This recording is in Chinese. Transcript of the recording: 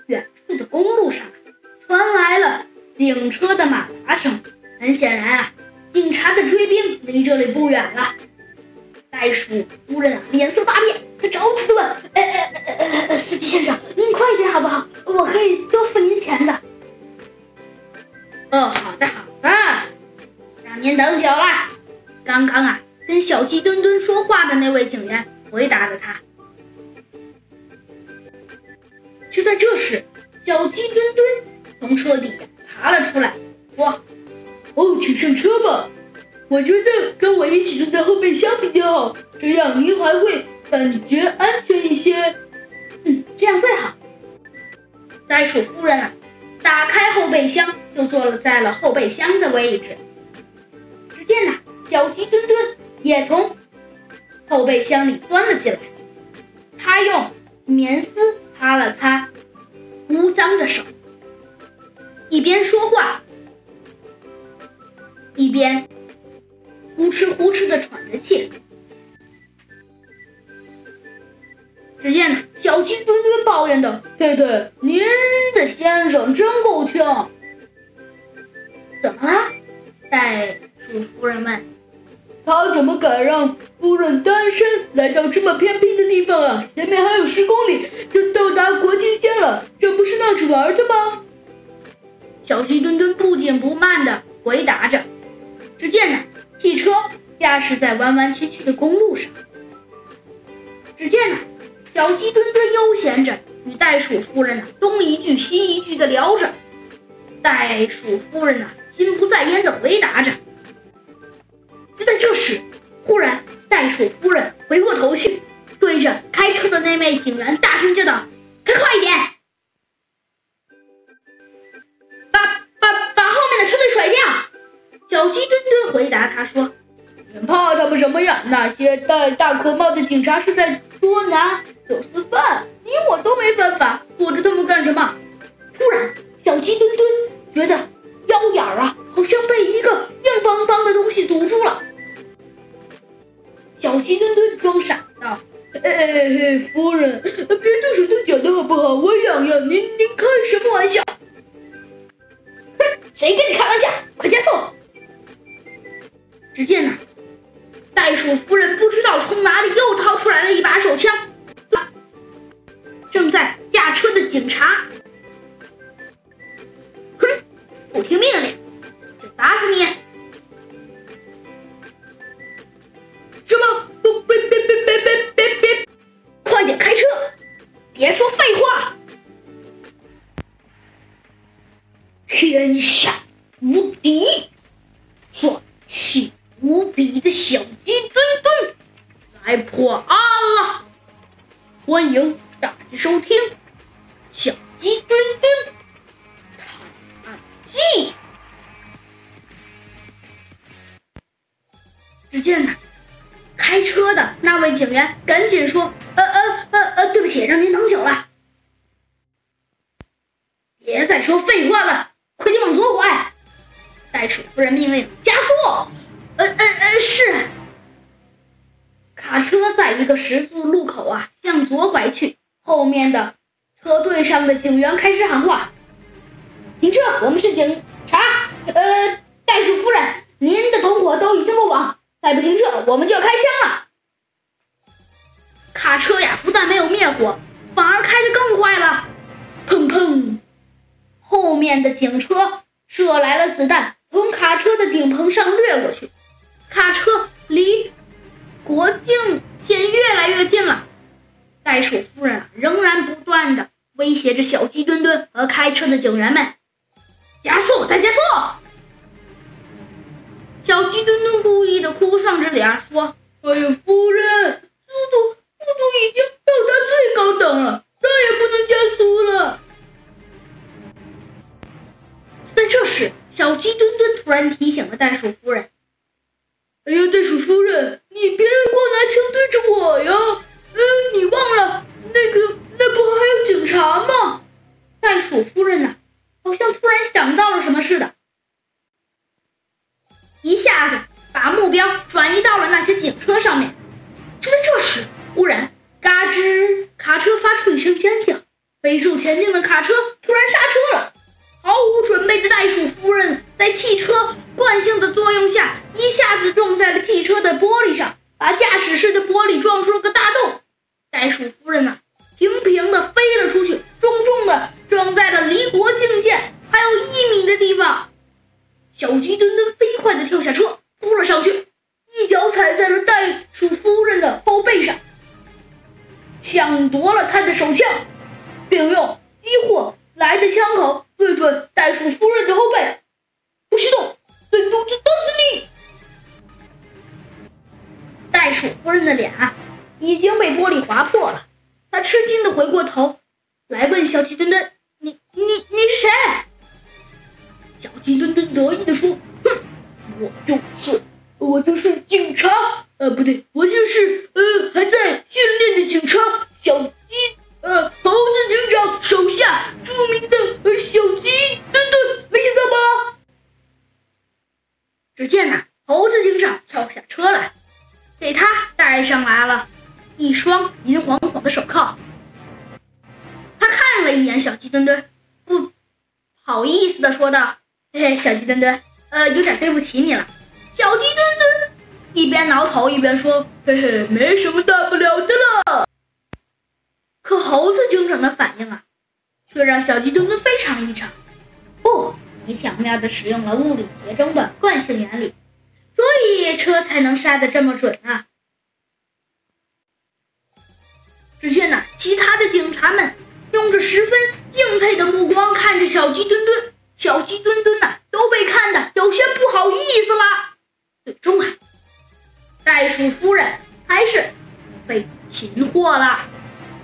远处的公路上传来了警车的马达声。很显然啊，警察的追兵离这里不远了。袋鼠夫人脸色大变，她着急地问：“司机先生，您快点好不好？我可以多付您钱的。”“好的，让您等久了。”刚刚跟小鸡墩墩说话的那位警员回答着他。就在这时，小鸡墩墩从车底下爬了出来，说：“请上车吧，我觉得跟我一起坐在后备箱比较好，这样您还会感觉安全一些。”“这样最好。”袋鼠夫人打开后备箱，就坐在了后备箱的位置。只见小鸡墩墩也从后备箱里钻了进来，他用棉丝擦了擦污脏的手，一边说话一边呼哧呼哧地喘着气。只见小鸡墩墩抱怨道：“太太，您的先生真够呛。”“怎么了？”袋鼠夫人问。“他怎么敢让夫人单身来到这么偏僻的地方啊？前面还有10公里就到达国境线了，这不是闹着玩的吗？”小鸡墩墩不紧不慢地回答着。只见汽车驾驶在弯弯曲曲的公路上。只见小鸡墩墩悠闲着与袋鼠夫人东一句西一句地聊着。袋鼠夫人心不在焉地回答着。就在这时，忽然袋鼠夫人回过头去，对着开车的那位警员大声叫道：“开快一点，把后面的车队甩掉！”小鸡墩墩回答他说：“你怕他们什么呀？那些戴大口帽的警察是在捉拿走私犯，你我都没办法，躲着他们干什么？”突然，小鸡墩墩觉得腰眼好像被一个硬邦邦的东西堵住了。小鸡墩墩装傻道：“夫人，别动手动脚的好不好？我痒痒，您开什么玩笑？”“谁跟你开玩笑？快加速！”只见袋鼠夫人不知道从哪里又掏出来了一把手枪，正在驾车的警察。“哼，不听命令就打死你！”“什么？别，快点开车，别说废话！”天下无敌，帅气无比的小鸡墩墩来破案了！欢迎大家收听《小鸡墩墩探案记》。只见开车的那位警员赶紧说：“对不起，让您等久了。”“别再说废话了，快点往左拐！”袋鼠夫人命令：“加速！”“是。”卡车在一个十字路口向左拐去，后面的车队上的警员开始喊话：“停车，我们是警察。袋鼠夫人，您的同伙都已经落网，再不停车，我们就要开枪了。”卡车不但没有灭火，反而开得更快了。砰砰，后面的警车射来了子弹，从卡车的顶棚上掠过去。卡车离国境线越来越近了。袋鼠夫人仍然不断地威胁着小鸡墩墩和开车的警员们：“加速，再加速！”小鸡墩墩故意的哭丧着脸说：“夫人，速度已经到达最高档了，再也不能加速了。”在这时，小鸡墩墩突然提醒了袋鼠夫人：“袋鼠夫人，你别光拿枪对着我呀！你忘了那不还有警察吗？”袋鼠夫人好像突然想到了什么似的，一下子把目标转移到了那些警车上面。就在这时，忽然嘎吱，卡车发出一声尖叫， 飞速前进的卡车突然刹车了，毫无准备的袋鼠夫人在汽车惯性的作用下，一下子撞在了汽车的玻璃上，把驾驶室的玻璃撞出了个大洞。袋鼠夫人平平的飞了出去，重重的撞在了离国境线还有1米的地方。小鸡墩墩飞快的跳下车，扑了上去，一脚踩在了袋鼠夫人的后背上，抢夺了她的手枪，并用激活来的枪口对准袋鼠夫人的后背。不许动，真肚子打死你！袋鼠夫人的脸已经被玻璃划破了，她吃惊的回过头来问小鸡墩墩：“你是谁？”小鸡墩墩得意的说：“哼，我就是警察，不对，我就是还在训练的警察，小鸡猴子警长手下著名的小鸡墩墩，没想到吧？”只见猴子警长跳下车来，给他戴上来了一双银晃晃的手铐。他看了一眼小鸡墩墩，不好意思的说道：“小鸡墩墩，有点对不起你了。”小鸡墩墩一边挠头一边说：“嘿嘿，没什么大不了的了。”可猴子警长的反应却让小鸡墩墩非常异常。不，你巧妙地使用了物理学中的惯性原理，所以车才能刹得这么准啊。只见其他的警察们用着十分敬佩的目光看着小鸡墩墩，小鸡墩墩都被看得有些不好意思啦。最终袋鼠夫人还是被擒获了。